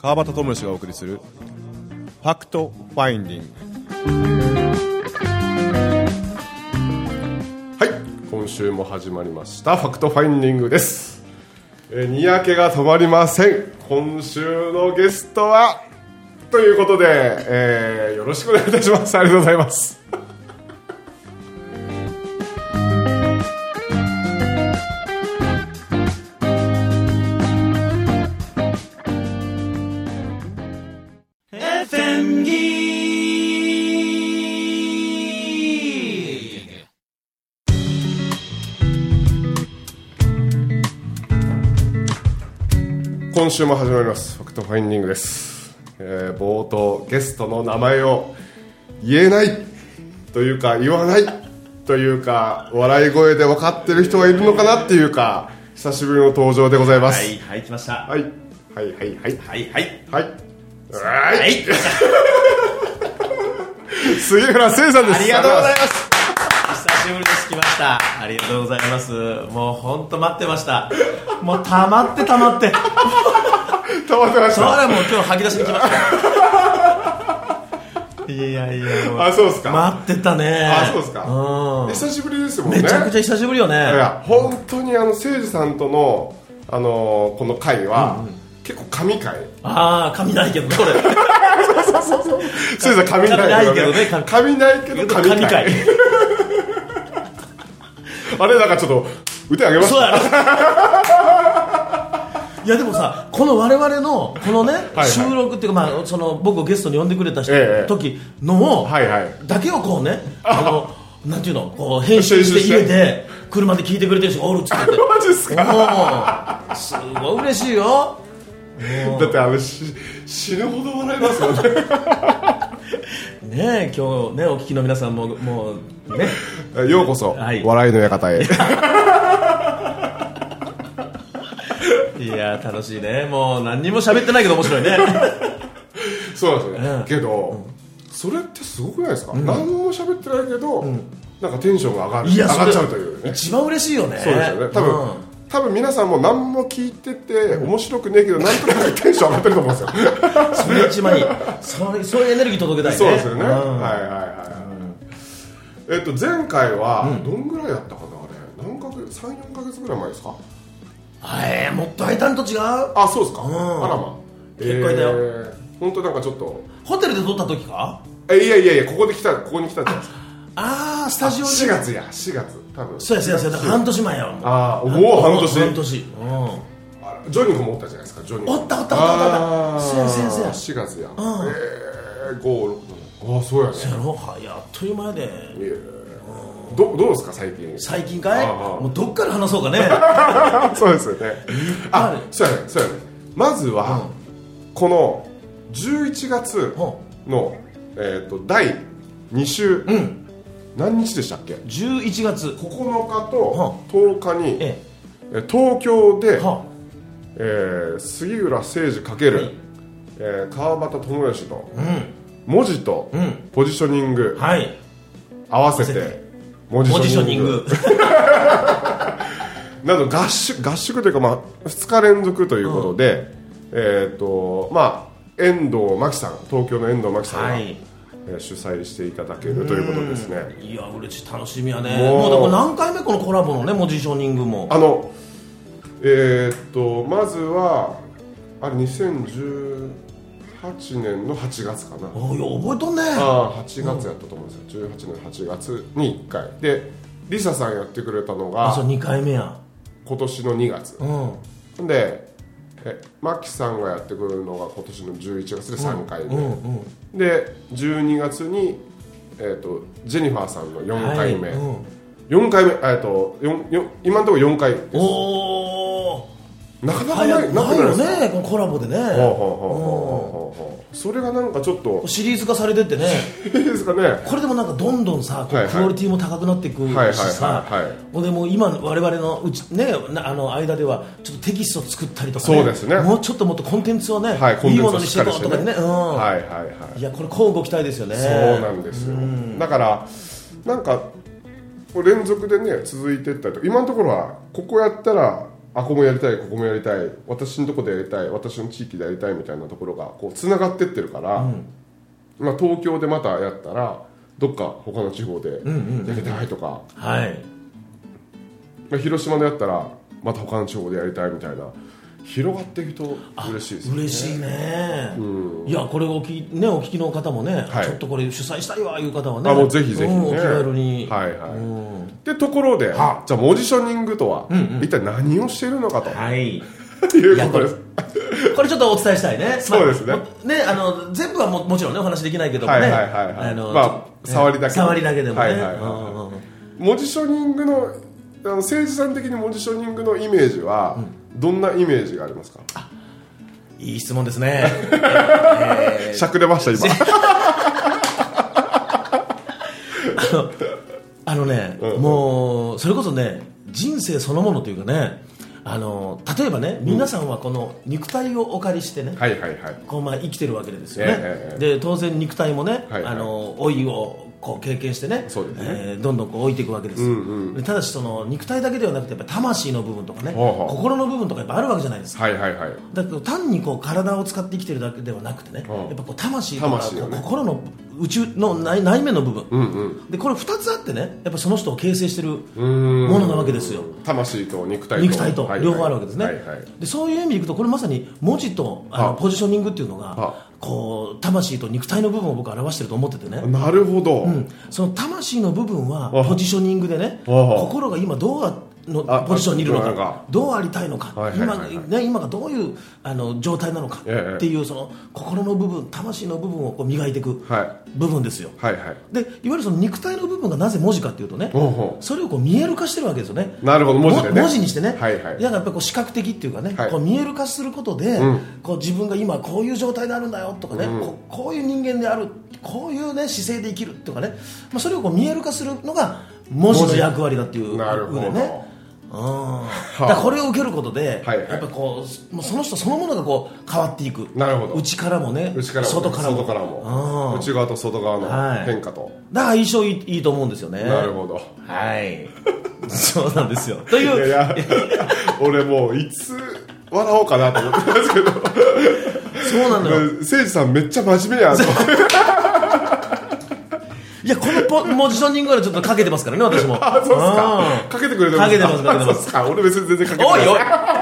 川端智之がお送りするファクトファインディング。 はい、今週も始まりましたファクトファインディングです。にやけが止まりません。今週のゲストはということで、よろしくお願いいたします。ありがとうございます。今週も始まりますファクトファインディングです。冒頭ゲストの名前を言えないというか言わないというか笑い声で分かってる人がいるのかなっていうか久しぶりの登場でございます。 はいはい来ました。 はいはいはいはいはいはいはい杉浦聖さんです。 ありがとうございます。久しぶりです。来ました。ありがとうございます。もう本当待ってました。もう溜まって溜まって溜まってました。 それはもう今日吐き出しに来ましたいやいやもうあ、そうですか。 待ってたね。 あ、そうですか。久しぶりですもんね。 めちゃくちゃ久しぶりよね。いや本当に誠司さんとの、この回は、結構神回。 ああ神ないけどこれそう誠司さん神ないけどね。神ないけど神回あれなんかちょっと歌あげますか。 そうやろいやでもさこの我々のこのね、収録っていうか、まあ、その僕をゲストに呼んでくれた時のを、だけをこうねなんていうのこう編集して家で車で聞いてくれてる人がおるっつっててマジっすか。 すごい嬉しいよ。 だって死ぬほど笑いますよねねえ今日ねお聞きの皆さんももうねようこそ、笑いの館へいや楽しいね。もう何にも喋ってないけど面白いねそうなんですよね、けど、それってすごくないですか、何も喋ってないけど、なんかテンションが上がっちゃうというね。 一番嬉しいよね。 そうですよね。多分皆さんも何も聞いてて面白くねえけどなんとなくテンション上がってると思うんですよそれ一番いい。そういうエネルギー届けたいね。 そうですよね。はいはいはい。前回はどんぐらいやったかな、あれ何ヶ月、3、4ヶ月ぐらい前ですか。 もっと空いたんと違う。 あ、そうですか。あらま、 結構いたよ。 本当なんかちょっとホテルで撮った時か。 いやここに来たじゃないですか。 スタジオで 4月多分。 そうやだから半年前や。 もう半年。 ジョニーもおったじゃないですか。ジョニーおった先生 4月や。5、6、7。そうやね。 そうやろ。あっという間で。 どうですか最近かい。もうどっから話そうかねそうですよね。そうやね。まずはこの11月の第2週、何日でしたっけ。 11月 9日と10日に東京で杉浦誠司×川端智之の文字とポジショニング合わせて文字ショニングなど合宿というか、2日連続ということで、遠藤真希さん、東京の遠藤真希さんが、主催していただけるということですね。 いや嬉しい、楽しみやね。もうだから何回目このコラボのね文字ショニングも。まずはあれ2018年の8月かな。 覚えとんね。 8月やったと思うんですよ。18年8月に1回でリサさんやってくれたのが 2回目や今年の2月、でマキさんがやってくるのが今年の11月で3回目、で12月に、ジェニファーさんの4回目、4回目今のところ4回です。なかなかないよねこのコラボでね。 それがなんかちょっとシリーズ化されてってね。 シリーズ化ね。 これでもなんかどんどんさクオリティも高くなっていくしさ、でも今我々のうちね間ではちょっとテキストを作ったりとかね。そうですね。もうちょっともっとコンテンツをねいいものにしていこうとかね。いやこれ交互期待ですよね。 そうなんですよ。だからなんか連続でね続いていったりと、今のところはここやったらあここもやりたいここもやりたい私のとこでやりたい私の地域でやりたいみたいなところがこうつながってってるから、まあ、東京でまたやったらどっか他の地方でやりたいとか、まあ、広島でやったらまた他の地方でやりたいみたいな広がっていくと嬉しいですね。 嬉しいね、いやこれをお聞きの方もね、ちょっとこれ主催したいわいう方はね、 もうぜひぜひ、ね、 お気軽に、 でところでじゃあモジショニングとは、一体何をしているのかと、いうことです。 これちょっとお伝えしたいね。 そうですね。 全部は もちろんねお話できないけどもね、 触りだけでもね。 モジショニングの政治さん的にモジショニングのイメージは、どんなイメージがありますか？ いい質問ですね。 しゃくれました今。 もうそれこそね人生そのものというかね、例えばね皆さんはこの肉体をお借りしてね、こう生きてるわけですよね。で当然肉体もね、老いをこう経験してね、どんどんこう置いていくわけです、でただしその肉体だけではなくてやっぱ魂の部分とかね、心の部分とかやっぱあるわけじゃないですか。だけど単にこう体を使って生きてるだけではなくてね、やっぱこう魂とか心の内の内面の部分、でこれ2つあってねやっぱその人を形成してるものなわけですよ。 魂と肉体と両方あるわけですね。でそういう意味でいくとこれまさに文字とポジショニングっていうのがこう魂と肉体の部分を僕は表してると思っててね。 なるほど、 その魂の部分はポジショニングでね、心が今どうのポジションにいるのか、どうありたいのか、今がどういう状態なのかっていうその心の部分、魂の部分をこう磨いていく部分ですよ。でいわゆるその肉体の部分がなぜ文字かっていうとね、それをこう見える化してるわけですよね。 なるほど、文字でね、 文字にしてね。だからやっぱりこう視覚的っていうかね、こう見える化することで、こう自分が今こういう状態であるんだよとかね、こういう人間である、こういうね姿勢で生きるとかね、それをこう見える化するのが文字の役割だっていう上でね。だこれを受けることで、やっぱこうその人そのものがこう変わっていく。 なるほど。 内からもね、外からも、 内側と外側の変化と、 だから相性いいと思うんですよね。 なるほど。 そうなんですよ。といういや俺もういつ笑おうかなと思ってますけど、 そうなのよ。 誠司さんめっちゃ真面目やと。 いやこのモジショニングはちょっとかけてますからね私も。 そうですか。かけてくれてます。かけてます。俺別に全然かけてない。おいおい。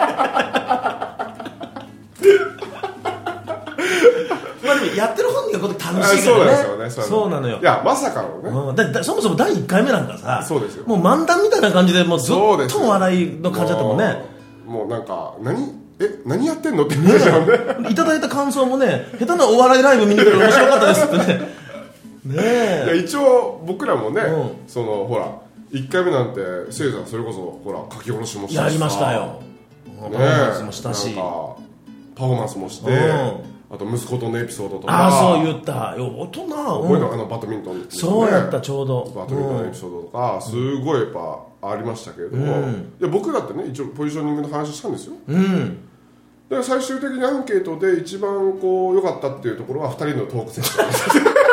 でもやってる本人がこれ楽しいからね。 そうですよね。 そうなのよ。 いやまさかのね。 そもそも第1回目なんかさ、 そうですよ。 もう漫談みたいな感じでもうずっと笑いの感じだったもんね。 もうなんか何やってんのって言ってたよね。 いただいた感想もね、下手なお笑いライブ見に来て面白かったですってね。 一応僕らもね、そのほら1回目なんてせいさんそれこそほら書き下ろしもしたし、 やりましたよ。パフォーマンスもしたし、 パフォーマンスもして、あと息子とのエピソードとか。 そう言った。大人。 バドミントン。 そうやったちょうど。 バドミントンのエピソードとかすごいやっぱありましたけれども、僕だってね一応ポジショニングの話したんですよ。で最終的にアンケートで一番こう良かったっていうところは2人のトークセッションです。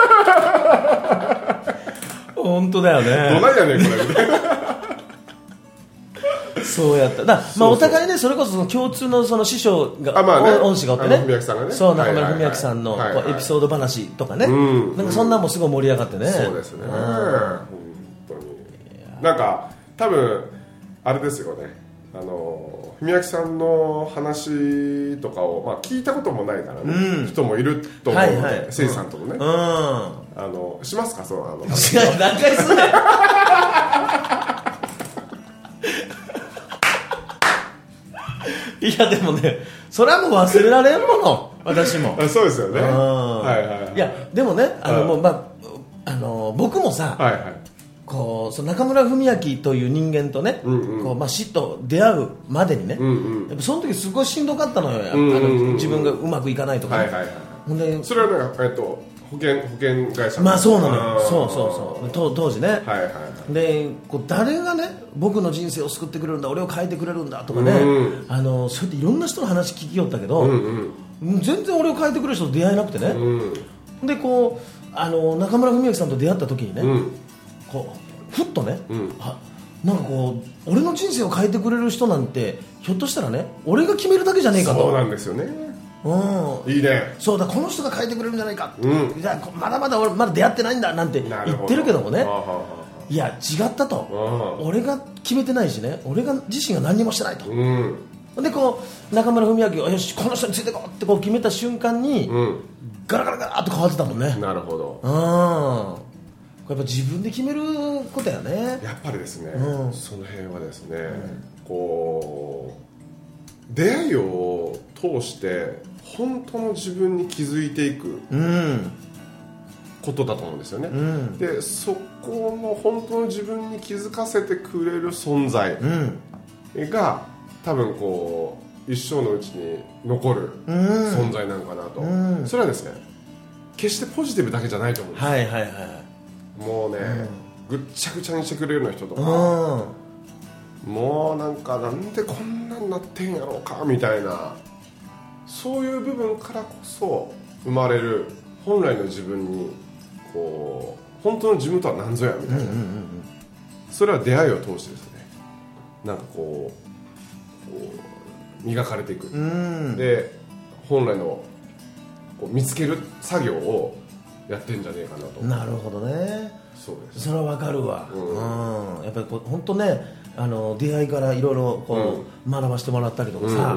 本当だよね。 どないやねんこれみたいな。 そうやった。お互いねそれこそ共通のその師匠が恩師がおってね。 文明さんがね。 そう中村文明さんのエピソード話とかね。なんかそんなんもすごい盛り上がってね。 そうですね。本当に。なんか多分あれですよね。文明さんの話とかを聞いたこともないからね、人もいると思うので、せいさんともね、しますかその話。 何回すんねん。いやでもねそれはもう忘れられんもの私も。 そうですよね。 いやでもね僕もさ、こうその中村文明という人間とね、死と出会うまでにね、やっぱその時すごいしんどかったのよ。自分がうまくいかないとか、ね。 それはね保険会社。 そうなのよ。そう当時ね。で誰がね僕の人生を救ってくれるんだ、俺を変えてくれるんだとかね、そうやっていろんな人の話聞きよったけど、全然俺を変えてくれる人と出会えなくてね。でこう中村文明さんと出会った時にね、こうふっとね、 なんかこう俺の人生を変えてくれる人なんてひょっとしたらね俺が決めるだけじゃねえかと。 そうなんですよね、いいね。 そうだ、この人が変えてくれるんじゃないか、じゃあまだまだ俺まだ出会ってないんだなんて言ってるけどもね、いや違ったと、俺が決めてないしね、俺が自身が何にもしてないと、でこう中村文明がよしこの人についてこうってこう決めた瞬間に、ガラガラガラっと変わってたもんね。 なるほど。 やっぱ自分で決めることやね。 やっぱりですね、その辺はですね、こう出会いを通して本当の自分に気づいていくことだと思うんですよね、でそこの本当の自分に気づかせてくれる存在が、多分こう一生のうちに残る存在なのかなと、それはですね決してポジティブだけじゃないと思うんですよ。もうね、ぐっちゃぐちゃにしてくれるような人とか、もうなんでこんなになってんやろうかみたいな、そういう部分からこそ生まれる本来の自分にこう本当の自分とは何ぞやみたいな、それは出会いを通してですね、なんかこう磨かれていく、で本来のこう見つける作業をやってんじゃねえかなと。 なるほどね。 そうです。 それはわかるわ、やっぱりこう本当ね、出会いからいろいろこう、学ばせてもらったりとかさ、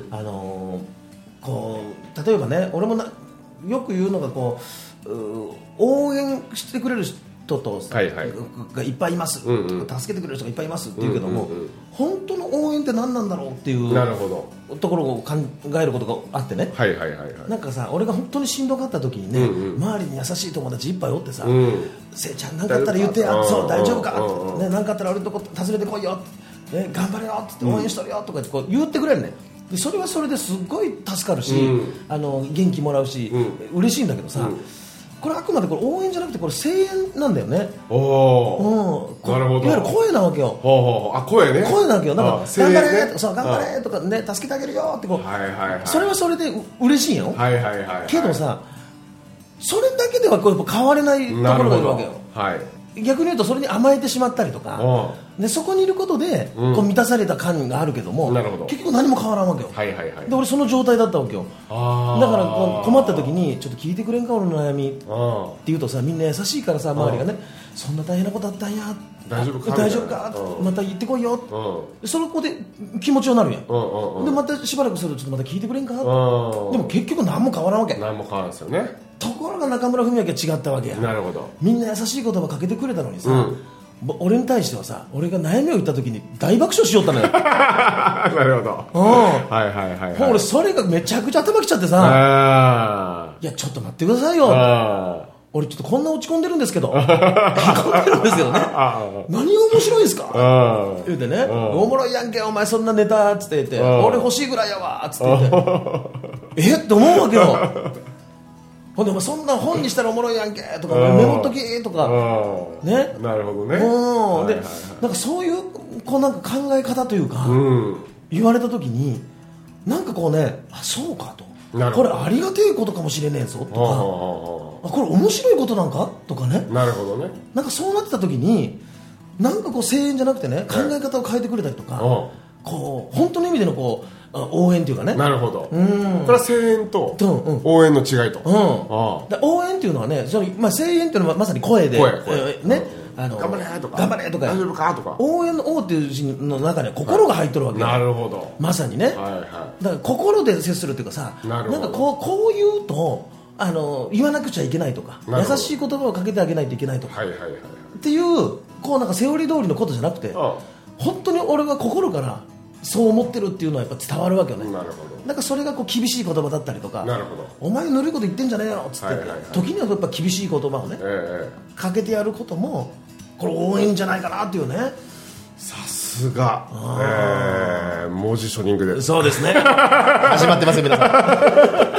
こう例えばね、俺もよく言うのがこう応援してくれる人と、がいっぱいいます、助けてくれる人がいっぱいいますって言うけども、本当の応援って何なんだろうっていうところを考えることがあってね、なんかさ、俺が本当にしんどかった時にね、周りに優しい友達いっぱいおってさ、せいちゃん何かあったら言ってや、そう大丈夫かって、何かあったら俺のとこ訪ねてこいよ、頑張れよって応援しとるよとかこう言ってくれるね。でそれはそれですごい助かるし、元気もらうし、嬉しいんだけどさ、これあくまでこれ応援じゃなくてこれ声援なんだよね。なるほど。いわゆる声なわけよ。 声ね。 声なわけよ。だから頑張れ、そう頑張れとかね、助けてあげるよってこう、それはそれで嬉しいよ。けどさ、それだけではこう変われないところがいるわけよ。逆に言うとそれに甘えてしまったりとか、でそこにいることでこう満たされた感があるけども、結局何も変わらんわけよ。で俺その状態だったわけよ。だから困った時にちょっと聞いてくれんか俺の悩みって言うとさ、みんな優しいからさ、周りがね、そんな大変なことあったんや、大丈夫かまた言ってこいよ、そこで気持ちよくなるやん。でまたしばらくするとちょっとまた聞いてくれんか、でも結局何も変わらんわけ。 何も変わらんですよね。 ところが中村文明は違ったわけや。 なるほど。 みんな優しい言葉かけてくれたのにさ、俺に対してはさ、俺が悩みを言った時に大爆笑しよったのよ。 なるほど。 俺それがめちゃくちゃ頭きちゃってさ、いやちょっと待ってくださいよ、俺ちょっとこんな落ち込んでるんですけど落ち込んでるんですけどね何が面白いんですか言うてね、おもろいやんけお前そんなネタっつって言って、俺欲しいぐらいやわっつって言ってって思うわけよ。ほんでお前そんな本にしたらおもろいやんけとかメモっときとかね。 なるほどね。 でなんかそういうこうなんか考え方というか、言われた時になんかこうね、あそうかと、これありがてえことかもしれねえぞとか、これ面白いことなんかとかね。 なるほどね。 なんかそうなってた時になんかこう声援じゃなくてね、考え方を変えてくれたりとか、こう本当の意味でのこう応援というかね。 なるほど。これは声援と応援の違いと。 応援っていうのはね、声援っていうのはまさに声でね、 頑張れとか頑張れとか大丈夫かとか、 応援の応っていう字の中には心が入っとるわけよ。 なるほど。 まさにね。だから心で接するっていうかさ、なんかこう言うと言わなくちゃいけないとか、優しい言葉をかけてあげないといけないとかっていうこうなんかセオリー通りのことじゃなくて、本当に俺は心からそう思ってるっていうのはやっぱ伝わるわけよね。なるほど。なんかそれがこう厳しい言葉だったりとか、お前ぬるいこと言ってんじゃねえよっつって、時にはやっぱ厳しい言葉をね、かけてやることもこれ応援じゃないかなっていうね。 さすが、文字書人で。 そうですね。始まってますよ皆さ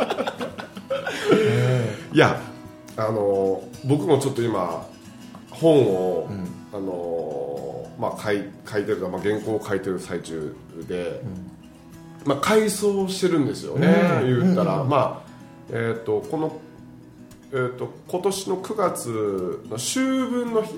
ん。いや僕もちょっと今本を、書いてる、原稿を書いてる最中で、改装してるんですよね、言ったら、この今年の9月の秋分の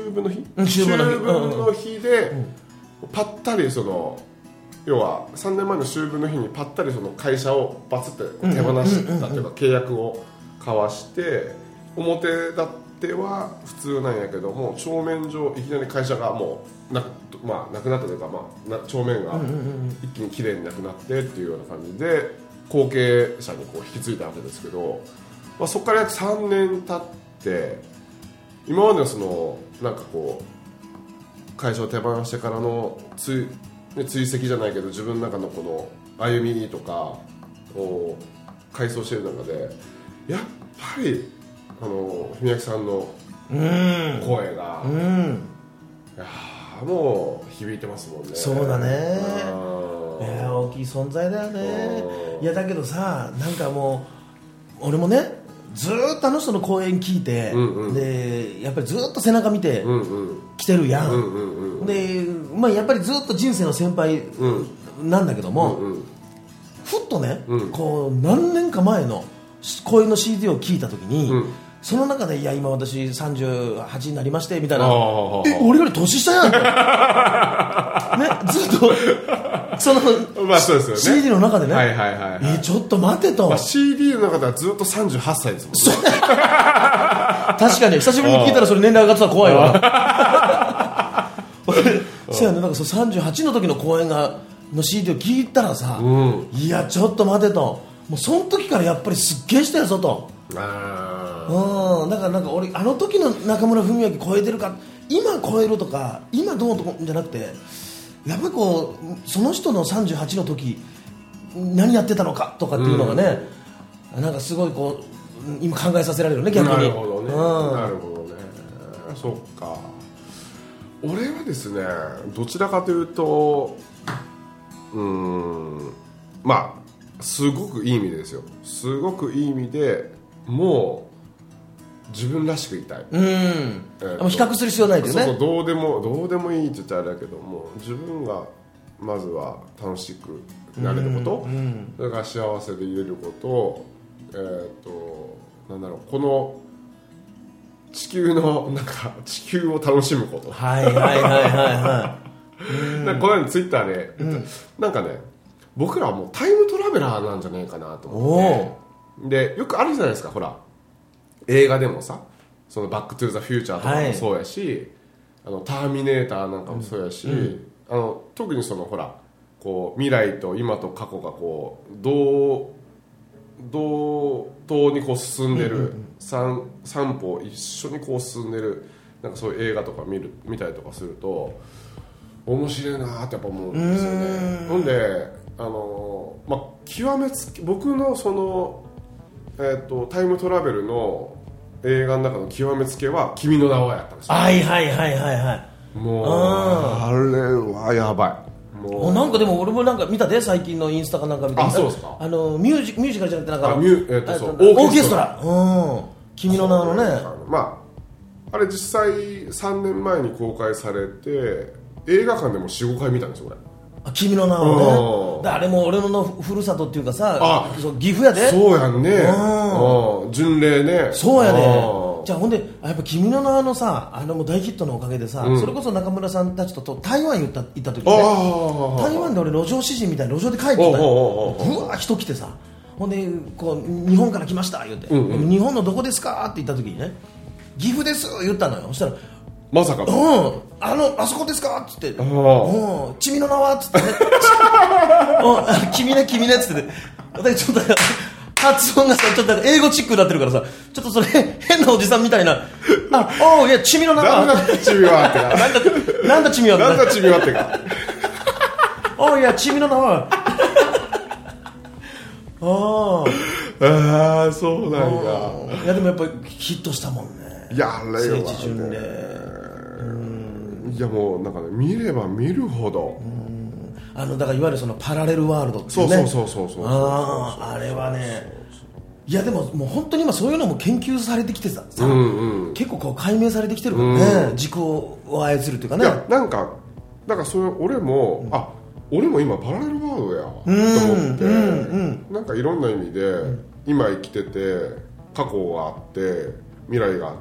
日で、ぱったりその要は3年前の秋分の日にぱったりその会社をバツって手放したというか契約を交わして、表立っては普通なんやけども帳面上いきなり会社がもうなくなったというか、帳面が一気にきれいになくなってっていうような感じで後継者にこう引き継いだわけですけど、そこから約3年経って今までのそのなんかこう会社を手放してからの追跡じゃないけど自分の中のこの歩みとかを回想している中でやっぱり文明さんの声が、いやもう響いてますもんね。 そうだね。いや大きい存在だよね。いやだけどさ、なんかもう俺もねずっとあの人の講演聞いて、でやっぱりずっと背中見てきてるやん、で、やっぱりずっと人生の先輩なんだけども、ふっとね、こう何年か前の講演の CD を聞いた時に、その中でいや今私38になりましてみたいな、俺より年下やんとね、ずっとその、そうですよね、CD の中でね、ちょっと待てと、 CD の中ではずっと38歳ですもんね確かに久しぶりに聞いたらそれ年齢上がってたら怖いわそうやね、なんかその38の時の講演の CD を聞いたらさ、いやちょっと待てと、もうその時からやっぱりすっげえしたやぞと、だからなんか俺あの時の中村文明超えてるか今超えるとか今どうとかじゃなくて、やっぱりこうその人の38の時何やってたのかとかっていうのがね、なんかすごいこう今考えさせられるね、逆に。 なるほどね、なるほどね。そっか。俺はですね、どちらかというとすごくいい意味でですよ、すごくいい意味でもう自分らしくいたい、比較する必要ないですね。 そうどうでもいいって言ったらあれだけども、自分がまずは楽しくなれること、それから幸せでいれること、なんだろう、この地球のなんか地球を楽しむこと、この間ツイッターで、なんかね、僕らはもうタイムトラベラーなんじゃないかなと思って、でよくあるじゃないですか、ほら映画でもさ、そのバックトゥーザフューチャーとかもそうやし、ターミネーターなんかもそうやし、特にそのほらこう未来と今と過去がこう同等にこう進んでる、三歩一緒にこう進んでる、なんかそういう映画とか見たりとかすると面白いなってやっぱ思うんですよね。ほんで極めつき、僕のその、タイムトラベルの映画の中の極めつけは君の名はやったんですよ。もうあれはやばい。もうなんかでも俺もなんか見たで、最近のインスタかなんか見て、 そうですか。 ミュージカルじゃなくてなんかオーケストラ、君の名のね、 あれ実際3年前に公開されて映画館でも 4,5 回見たんですよ、これ。 君の名をね、あれも俺のふるさとっていうかさ、岐阜やで。 そうやんね、巡礼ね。 そうやで。じゃあほんでやっぱ君の名のさ、もう大ヒットのおかげでさ、それこそ中村さんたちと台湾行った時にね、台湾で俺路上詩人みたいな路上で帰ってたよ。ぶわー人来てさ、ほんでこう日本から来ました言うて、日本のどこですかって言った時にね、岐阜です言ったのよ。そしたらまさかあそこですかっつって、君の名はっつってね君ね君ねっつってね、私ちょっと発音がさちょっと英語チックになってるからさ、ちょっとそれ変なおじさんみたいな、いや君の名はなんだ君はってなんだ君はなんだ君はってかいや君の名はそうなんや。 いやでもやっぱりヒットしたもんね。 いやあれは聖地巡礼、 いやもうなんかね、見れば見るほど、 だからいわゆるそのパラレルワールドっていうね、 そうあれはね、いやでももう本当に今そういうのも研究されてきてさ、結構こう解明されてきてるからね、軸を操るっていうかね。 いやなんかそれ俺も今パラレルワールドやと思って、なんかいろんな意味で今生きてて過去があって未来があって、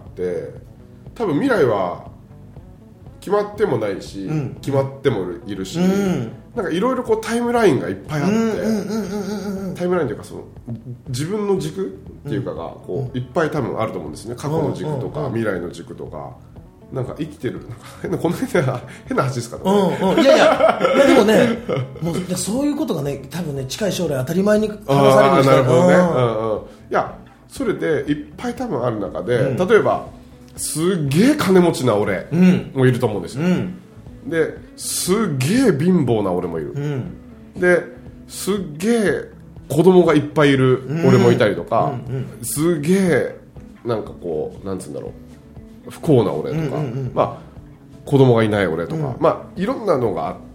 多分未来は決まってもないし、決まってもいるし、なんかいろいろこうタイムラインがいっぱいあって、タイムラインというかその自分の軸っていうかがこういっぱい多分あると思うんですね。過去の軸とか未来の軸とか、なんか生きてる、なんかこの変な話ですかね。 いやでもね、もうそういうことがね、多分ね近い将来当たり前に話されるんですよ。 なるほどね。いやそれでいっぱい多分ある中で、例えばすっげえ金持ちな俺もいると思うんですよ。ですっげえ貧乏な俺もいる。ですっげえ子供がいっぱいいる俺もいたりとか、すげえなんかこうなんつうんだろう、不幸な俺とか、まあ子供がいない俺とか、まあいろんなのがあって、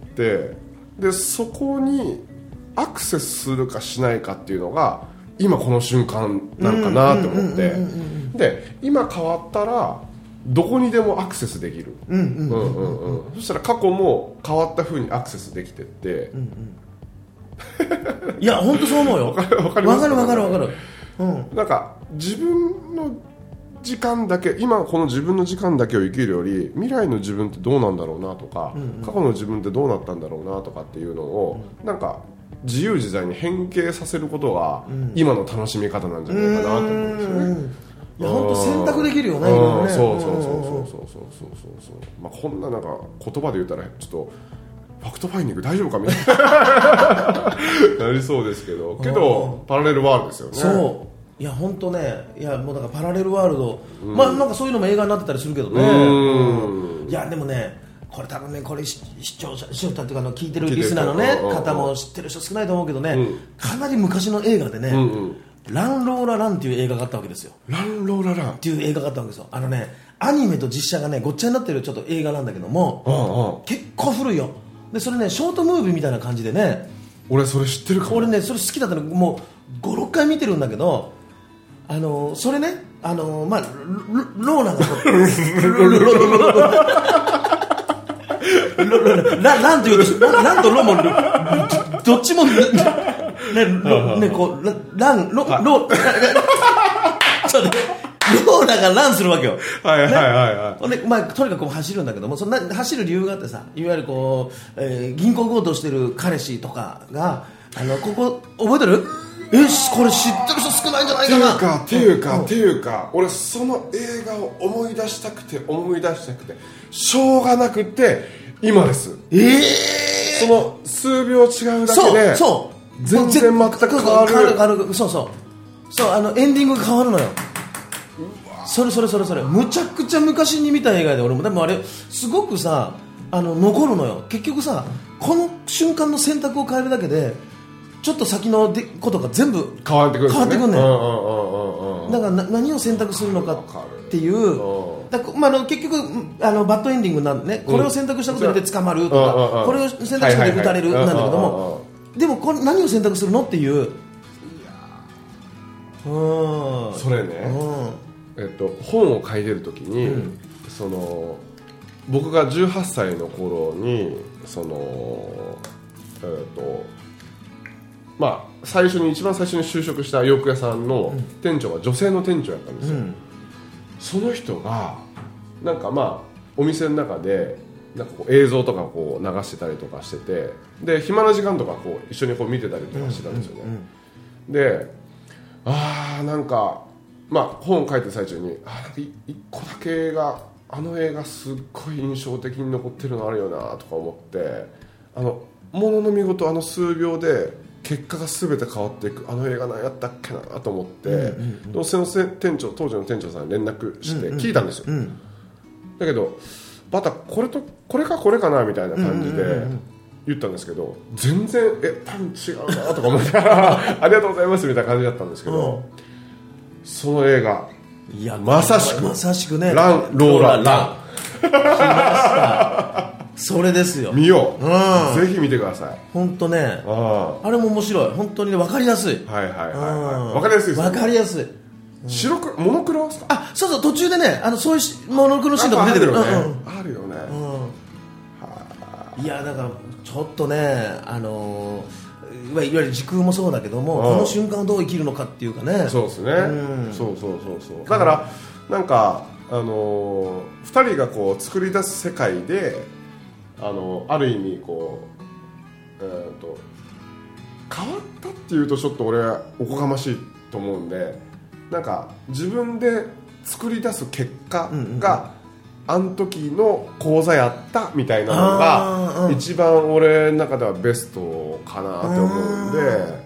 でそこにアクセスするかしないかっていうのが今この瞬間なんかなと思って、で今変わったらどこにでもアクセスできる。そしたら過去も変わった風にアクセスできてって、 いや本当そう思うよ。わかる。 なんか自分の時間だけ、今この自分の時間だけを生きるより、未来の自分ってどうなんだろうなとか、過去の自分ってどうなったんだろうなとかっていうのを、なんか自由自在に変形させることが今の楽しみ方なんじゃないかなと思うんですよね。 いや本当選択できるよね。 そう。まあこんななんか言葉で言ったらちょっとファクトファインディング大丈夫かみたいななりそうですけど、パラレルワールドですよね。 そう。いや本当ね、いやもうだからパラレルワールド、まあなんかそういうのも映画になってたりするけどね。いやでもね、これ多分ね、これ視聴者っていうか聞いてるリスナーのね方も知ってる人少ないと思うけどね、かなり昔の映画でね、ランローラランっていう映画があったわけですよ。 ランローラランっていう映画があったわけですよ。アニメと実写がねごっちゃになってるちょっと映画なんだけども、結構古いよ。でそれねショートムービーみたいな感じでね、 俺それ知ってるかも。 俺ねそれ好きだったの、もう 5,6 回見てるんだけど、それねまあローラがランというとランとロもどっちもねこうランロロちょっとローラがランするわけよ。でまあとにかく走るんだけども、そんな走る理由があってさ、いわゆるこう、銀行強盗してる彼氏とかがここ覚えてる？これ知ってる人少ないんじゃないかな。 っていうか俺その映画を思い出したくてしょうがなくて今です。その数秒違うだけで全然全く変わる。 そうエンディングが変わるのよ。それむちゃくちゃ昔に見た映画で、俺もでもあれすごくさ残るのよ。結局さ、この瞬間の選択を変えるだけでちょっと先のことが全部変わってくるんだよ。 だから何を選択するのかっていう、まあ、結局バッドエンディングなんでね、これを選択したことによって捕まるとか、これを選択したことで撃たれるなんだけども、でも何を選択するのっていう。 それね、本を書いてる時に、その僕が18歳の頃にまあ一番最初に就職した洋服屋さんの店長が女性の店長やったんですよ。その人がなんかまあお店の中でなんかこう映像とかこう流してたりとかしてて、で暇な時間とかこう一緒にこう見てたりとかしてたんですよね。でなんかまあ本を書いてる最中になんか一個だけ映画、映画すっごい印象的に残ってるのあるよなとか思って、ものの見事数秒で結果が全て変わっていく映画何やったっけなと思って、当時の店長さんに連絡して聞いたんですよ。だけどまたこれかなみたいな感じで言ったんですけど、全然多分違うなとか思ってありがとうございますみたいな感じだったんですけど、その映画まさしくね、 ランローララン来ましたそれですよ。 見よう、ぜひ見てください。 本当ね、あれも面白い。本当にね、分かりやすい。 分かりやすいです。 分かりやすい。 モノクロですか？ そう途中でね、そういうモノクロシーンとか出てくる。 あるよね。 いやだからちょっとね、 いわゆる時空もそうだけども、この瞬間をどう生きるのかっていうかね。 そうですね、そうだからなんか2人がこう作り出す世界である意味こう、変わったっていうとちょっと俺はおこがましいと思うんで、なんか自分で作り出す結果が、あの時の講座やったみたいなのが一番俺の中ではベストかなって思うんで、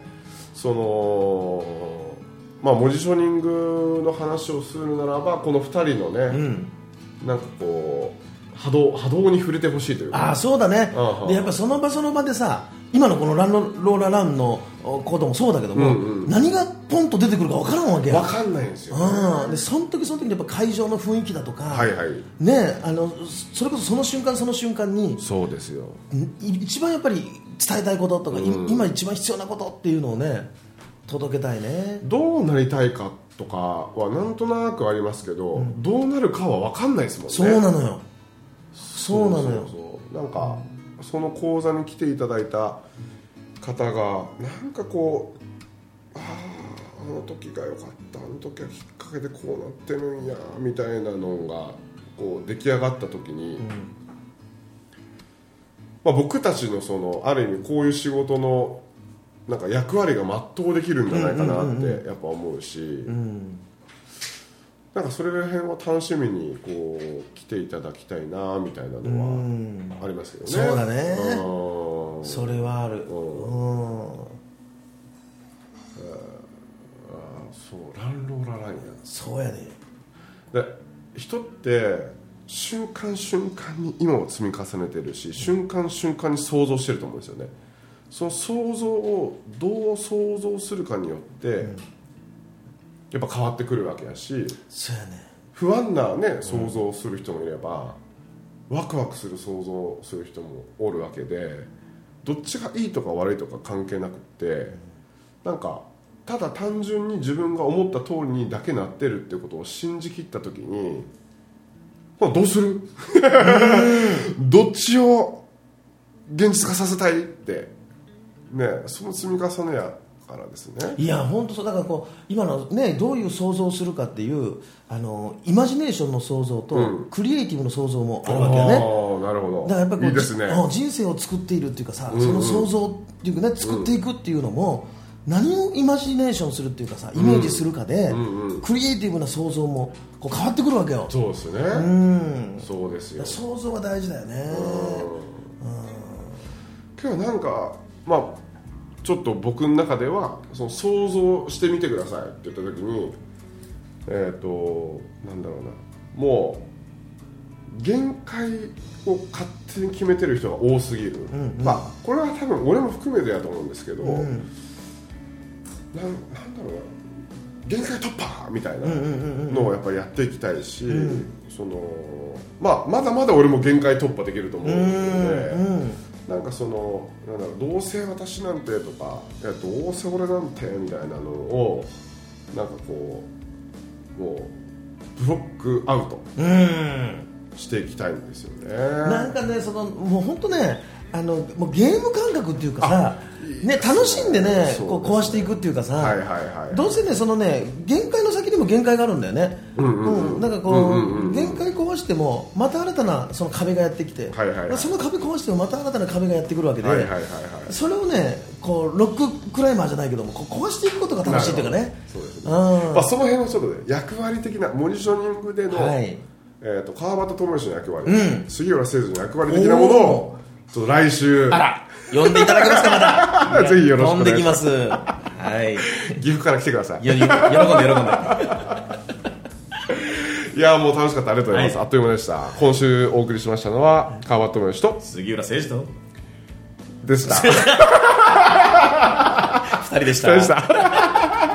ポジショニングの話をするならばこの2人のね、なんかこう波動に触れてほしいというか。 そうだね、でやっぱその場でさ、今のこのローラランのこともそうだけども、何がポンと出てくるか分からんわけや。 分かんないんですよ、 でその時にやっぱ会場の雰囲気だとか、ね、それこそその瞬間にそうですよ、 一番やっぱり伝えたいこととか、今一番必要なことっていうのをね届けたいね。 どうなりたいかとかはなんとなくありますけど、どうなるかは分かんないですもんね。 そうなのよ。 なんかその講座に来ていただいた方がなんかこう、あの時が良かった、あの時はきっかけでこうなってるんやみたいなのがこう出来上がった時に、僕たちのある意味こういう仕事のなんか役割が全うできるんじゃないかなってやっぱ思うし、なんかそれら辺を楽しみにこう来ていただきたいなみたいなのはありますけどね。 そうだね、それはある。 そうランローララインや。 そうやね。 で人って瞬間瞬間に今を積み重ねてるし、瞬間瞬間に想像してると思うんですよね。その想像をどう想像するかによって、やっぱ変わってくるわけやし、 そうやね、 不安なね想像する人もいれば、ワクワクする想像する人もおるわけで、どっちがいいとか悪いとか関係なくって、なんかただ単純に自分が思った通りにだけなってるってことを信じきった時に、どうするどっちを現実化させたいってね、その積み重ねやからですね。 いや本当そうだからこう今のねどういう想像をするかっていうイマジネーションの想像と、クリエイティブの想像もあるわけよね。 なるほど。 だからやっぱりこういいですね、 人生を作っているっていうかさ、その想像っていうかね作っていくっていうのも、何をイマジネーションするっていうかさ、イメージするかで、クリエイティブな想像もこう変わってくるわけよ。 そうですね、そうですよ。 想像は大事だよね。 今日はなんかちょっと僕の中ではその想像してみてくださいって言った時になんだろうな、もう限界を勝手に決めてる人が多すぎる、これは多分俺も含めてやと思うんですけど、なんだろうな、限界突破みたいなのをやっぱりやっていきたいし、まだまだ俺も限界突破できると思うので、なんかなんだろう、どうせ私なんてとか、どうせ俺なんてみたいなのをなんかこうもうブロックアウトしていきたいんですよね。 なんかねもう本当ねもうゲーム感覚っていうかさ、ね、楽しんでねこう壊していくっていうかさ、どうせね限界の先にも限界があるんだよね。なんかこう限界壊してもまた新たなその壁がやってきて、その壁壊してもまた新たな壁がやってくるわけで、それをねこうロッククライマーじゃないけどもこう壊していくことが楽しいっていうかね。 そうですね。その辺はちょっとね役割的なモニショニングでの、川端智之の役割、杉浦誠二の役割的なものをちょっと来週呼んでいただけますかまたぜひよろしくお願いします。 飛んできます。はい。 岐阜から来てください。 喜んで。 いやもう楽しかった、ありがとうございます。あっという間でした。今週お送りしましたのは川端智之と杉浦誠二とでした。 2人でした。